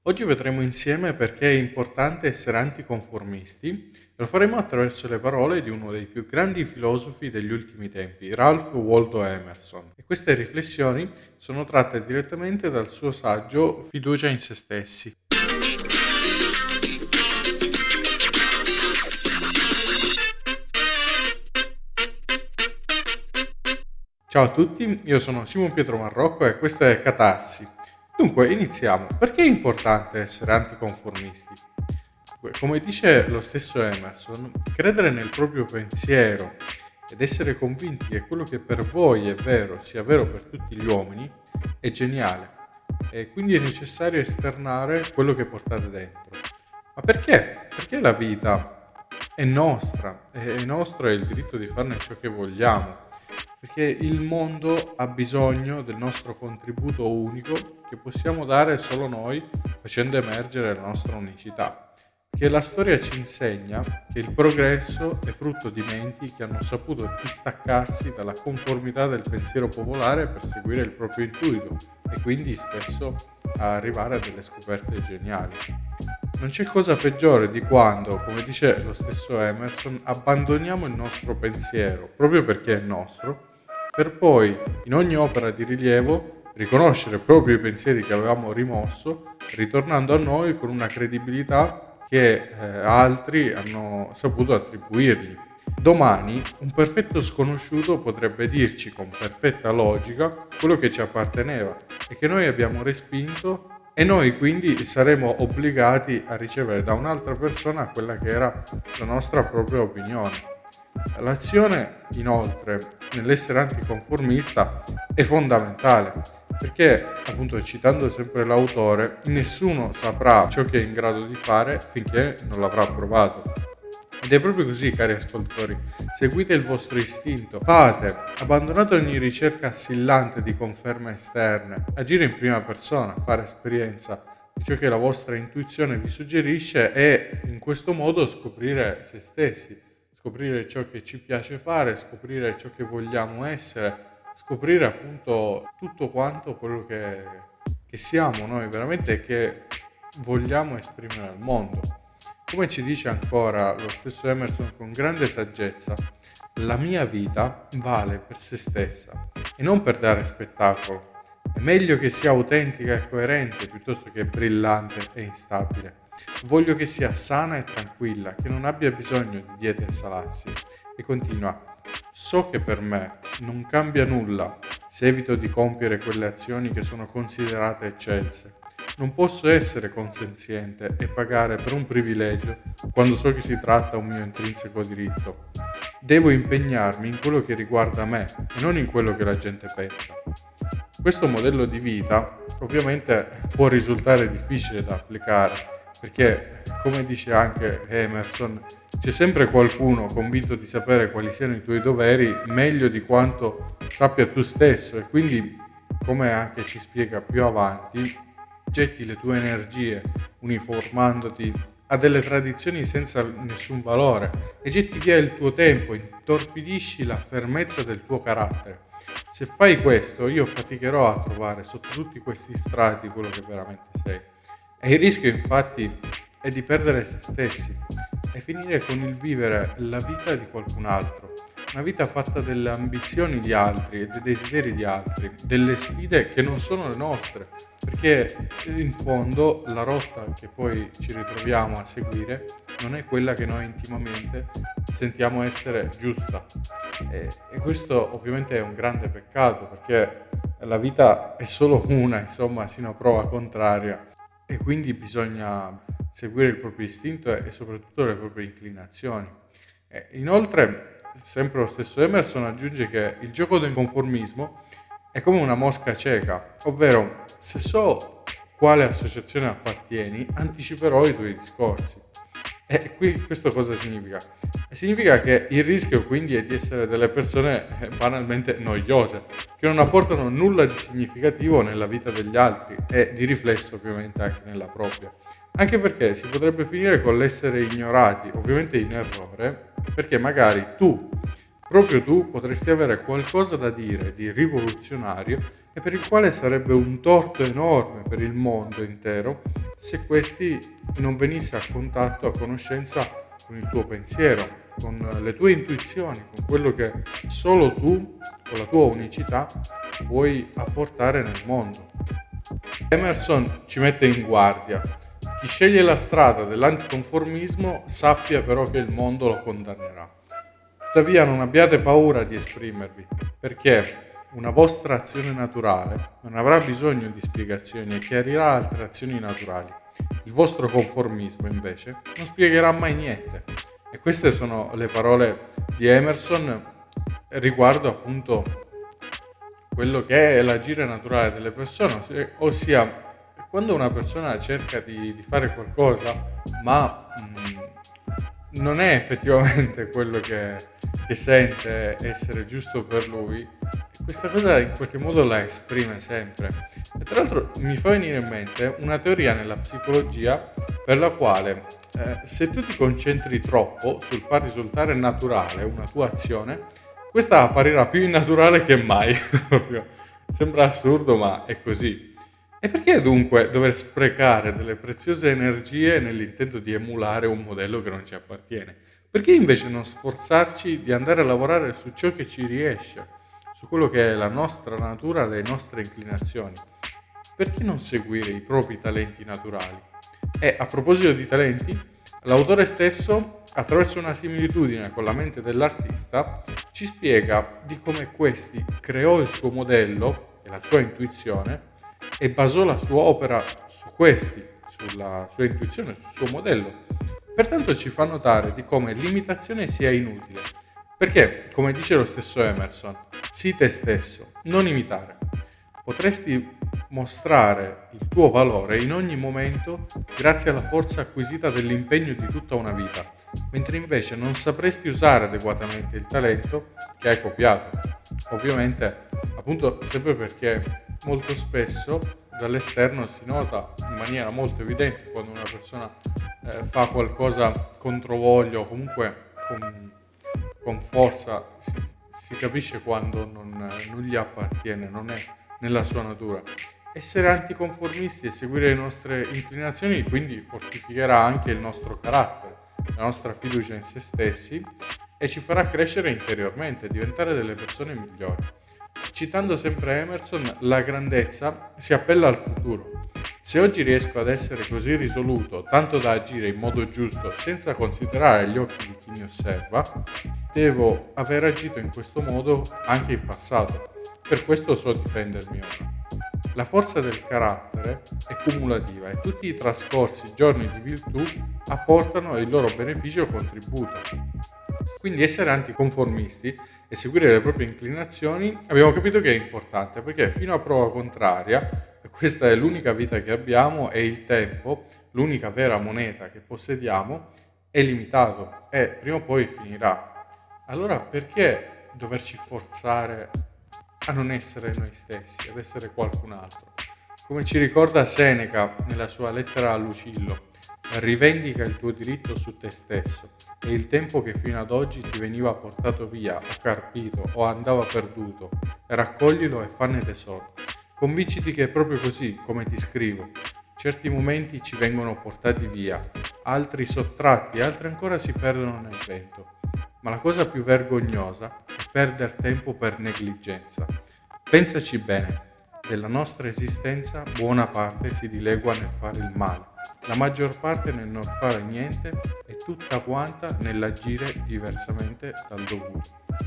Oggi vedremo insieme perché è importante essere anticonformisti e lo faremo attraverso le parole di uno dei più grandi filosofi degli ultimi tempi, Ralph Waldo Emerson. E queste riflessioni sono tratte direttamente dal suo saggio Fiducia in se stessi. Ciao a tutti, io sono Simon Pietro Marrocco e questa è Catarsi. Dunque, iniziamo. Perché è importante essere anticonformisti? Come dice lo stesso Emerson, credere nel proprio pensiero ed essere convinti che quello che per voi è vero sia vero per tutti gli uomini è geniale e quindi è necessario esternare quello che portate dentro. Ma perché? Perché la vita è nostra, è nostro è il diritto di farne ciò che vogliamo, perché il mondo ha bisogno del nostro contributo unico che possiamo dare solo noi facendo emergere la nostra unicità. Che la storia ci insegna che il progresso è frutto di menti che hanno saputo distaccarsi dalla conformità del pensiero popolare per seguire il proprio intuito e quindi spesso arrivare a delle scoperte geniali. Non c'è cosa peggiore di quando, come dice lo stesso Emerson, abbandoniamo il nostro pensiero proprio perché è nostro, per poi, in ogni opera di rilievo, riconoscere proprio i pensieri che avevamo rimosso, ritornando a noi con una credibilità che altri hanno saputo attribuirgli. Domani un perfetto sconosciuto potrebbe dirci con perfetta logica quello che ci apparteneva e che noi abbiamo respinto e noi quindi saremo obbligati a ricevere da un'altra persona quella che era la nostra propria opinione. L'azione, inoltre, nell'essere anticonformista è fondamentale perché, appunto, citando sempre l'autore, nessuno saprà ciò che è in grado di fare finché non l'avrà provato. Ed è proprio così, cari ascoltatori. Seguite il vostro istinto, fate, abbandonate ogni ricerca assillante di conferme esterne, agire in prima persona, fare esperienza di ciò che la vostra intuizione vi suggerisce e in questo modo scoprire se stessi, scoprire ciò che ci piace fare, scoprire ciò che vogliamo essere, scoprire appunto tutto quanto quello che siamo noi veramente e che vogliamo esprimere al mondo. Come ci dice ancora lo stesso Emerson con grande saggezza, la mia vita vale per se stessa e non per dare spettacolo. È meglio che sia autentica e coerente piuttosto che brillante e instabile. Voglio che sia sana e tranquilla, che non abbia bisogno di diete e salassi. E continua, so che per me non cambia nulla se evito di compiere quelle azioni che sono considerate eccelse. Non posso essere consenziente e pagare per un privilegio quando so che si tratta un mio intrinseco diritto. Devo impegnarmi in quello che riguarda me e non in quello che la gente pensa. Questo modello di vita ovviamente può risultare difficile da applicare perché, come dice anche Emerson, c'è sempre qualcuno convinto di sapere quali siano i tuoi doveri meglio di quanto sappia tu stesso e quindi, come anche ci spiega più avanti, getti le tue energie uniformandoti a delle tradizioni senza nessun valore e getti via il tuo tempo, intorpidisci la fermezza del tuo carattere. Se fai questo, io faticherò a trovare sotto tutti questi strati quello che veramente sei. E il rischio, infatti, è di perdere se stessi e finire con il vivere la vita di qualcun altro. Una vita fatta delle ambizioni di altri e dei desideri di altri, delle sfide che non sono le nostre, perché in fondo la rotta che poi ci ritroviamo a seguire non è quella che noi intimamente sentiamo essere giusta. E questo ovviamente è un grande peccato perché la vita è solo una, insomma, sino a prova contraria e quindi bisogna seguire il proprio istinto e soprattutto le proprie inclinazioni. Inoltre, sempre lo stesso Emerson aggiunge che il gioco del conformismo è come una mosca cieca, ovvero se so quale associazione appartieni, anticiperò i tuoi discorsi. E qui questo cosa significa? Significa che il rischio quindi è di essere delle persone banalmente noiose, che non apportano nulla di significativo nella vita degli altri e di riflesso ovviamente anche nella propria. Anche perché si potrebbe finire con l'essere ignorati, ovviamente in errore, perché magari tu proprio tu potresti avere qualcosa da dire di rivoluzionario e per il quale sarebbe un torto enorme per il mondo intero se questi non venisse a contatto, a conoscenza con il tuo pensiero, con le tue intuizioni, con quello che solo tu, con la tua unicità, puoi apportare nel mondo. Emerson ci mette in guardia. Chi sceglie la strada dell'anticonformismo sappia però che il mondo lo condannerà. Tuttavia non abbiate paura di esprimervi, perché una vostra azione naturale non avrà bisogno di spiegazioni e chiarirà altre azioni naturali. Il vostro conformismo, invece, non spiegherà mai niente. E queste sono le parole di Emerson riguardo appunto quello che è l'agire naturale delle persone, ossia quando una persona cerca di fare qualcosa, ma non è effettivamente quello che sente essere giusto per lui, questa cosa in qualche modo la esprime sempre. E tra l'altro mi fa venire in mente una teoria nella psicologia per la quale se tu ti concentri troppo sul far risultare naturale una tua azione, questa apparirà più innaturale che mai. Proprio. Sembra assurdo, ma è così. E perché dunque dover sprecare delle preziose energie nell'intento di emulare un modello che non ci appartiene? Perché invece non sforzarci di andare a lavorare su ciò che ci riesce, su quello che è la nostra natura, le nostre inclinazioni? Perché non seguire i propri talenti naturali? E a proposito di talenti, l'autore stesso, attraverso una similitudine con la mente dell'artista, ci spiega di come questi creò il suo modello e la sua intuizione e basò la sua opera su questi, sulla sua intuizione, sul suo modello. Pertanto ci fa notare di come l'imitazione sia inutile, perché, come dice lo stesso Emerson, sii te stesso, non imitare. Potresti mostrare il tuo valore in ogni momento grazie alla forza acquisita dell'impegno di tutta una vita, mentre invece non sapresti usare adeguatamente il talento che hai copiato. Ovviamente, appunto, sempre perché molto spesso dall'esterno si nota in maniera molto evidente quando una persona fa qualcosa contro voglia o comunque con forza, si capisce quando non gli appartiene, non è nella sua natura. Essere anticonformisti e seguire le nostre inclinazioni quindi fortificherà anche il nostro carattere, la nostra fiducia in se stessi e ci farà crescere interiormente, diventare delle persone migliori. Citando sempre Emerson, la grandezza si appella al futuro. Se oggi riesco ad essere così risoluto, tanto da agire in modo giusto senza considerare gli occhi di chi mi osserva, devo aver agito in questo modo anche in passato. Per questo so difendermi ora. La forza del carattere è cumulativa e tutti i trascorsi giorni di virtù apportano il loro beneficio contributo. Quindi essere anticonformisti e seguire le proprie inclinazioni abbiamo capito che è importante perché fino a prova contraria questa è l'unica vita che abbiamo e il tempo, l'unica vera moneta che possediamo, è limitato e prima o poi finirà. Allora perché doverci forzare a non essere noi stessi, ad essere qualcun altro? Come ci ricorda Seneca nella sua lettera a Lucillo, rivendica il tuo diritto su te stesso e il tempo che fino ad oggi ti veniva portato via o carpito o andava perduto, raccoglilo e fanne tesoro. Convinciti che è proprio così come ti scrivo. Certi momenti ci vengono portati via, altri sottratti, altri ancora si perdono nel vento. Ma la cosa più vergognosa è perdere tempo per negligenza. Pensaci bene, della nostra esistenza buona parte si dilegua nel fare il male, la maggior parte nel non fare niente e tutta quanta nell'agire diversamente dal dovuto.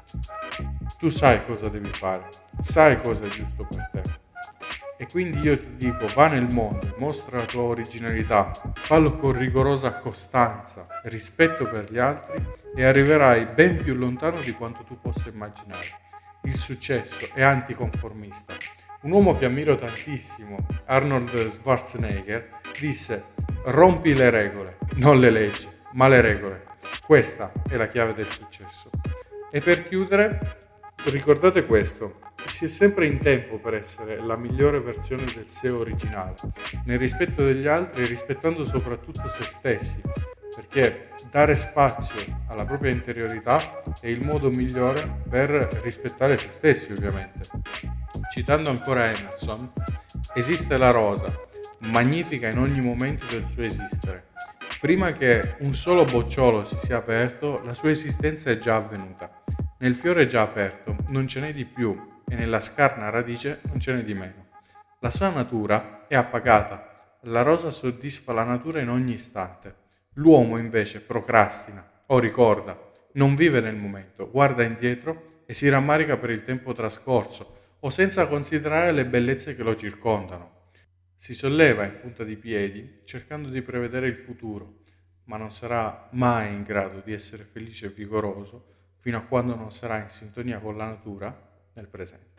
Tu sai cosa devi fare, sai cosa è giusto per te. E quindi io ti dico, va nel mondo, mostra la tua originalità, fallo con rigorosa costanza, rispetto per gli altri e arriverai ben più lontano di quanto tu possa immaginare. Il successo è anticonformista. Un uomo che ammiro tantissimo, Arnold Schwarzenegger, disse: rompi le regole, non le leggi, ma le regole. Questa è la chiave del successo. E per chiudere, ricordate questo. Si è sempre in tempo per essere la migliore versione del sé originale, nel rispetto degli altri e rispettando soprattutto se stessi, perché dare spazio alla propria interiorità è il modo migliore per rispettare se stessi, ovviamente. Citando ancora Emerson, esiste la rosa, magnifica in ogni momento del suo esistere. Prima che un solo bocciolo si sia aperto, la sua esistenza è già avvenuta. Nel fiore già aperto non ce n'è di più e nella scarna radice non ce n'è di meno. La sua natura è appagata, la rosa soddisfa la natura in ogni istante. L'uomo invece procrastina o ricorda, non vive nel momento, guarda indietro e si rammarica per il tempo trascorso o senza considerare le bellezze che lo circondano. Si solleva in punta di piedi cercando di prevedere il futuro, ma non sarà mai in grado di essere felice e vigoroso fino a quando non sarà in sintonia con la natura nel presente.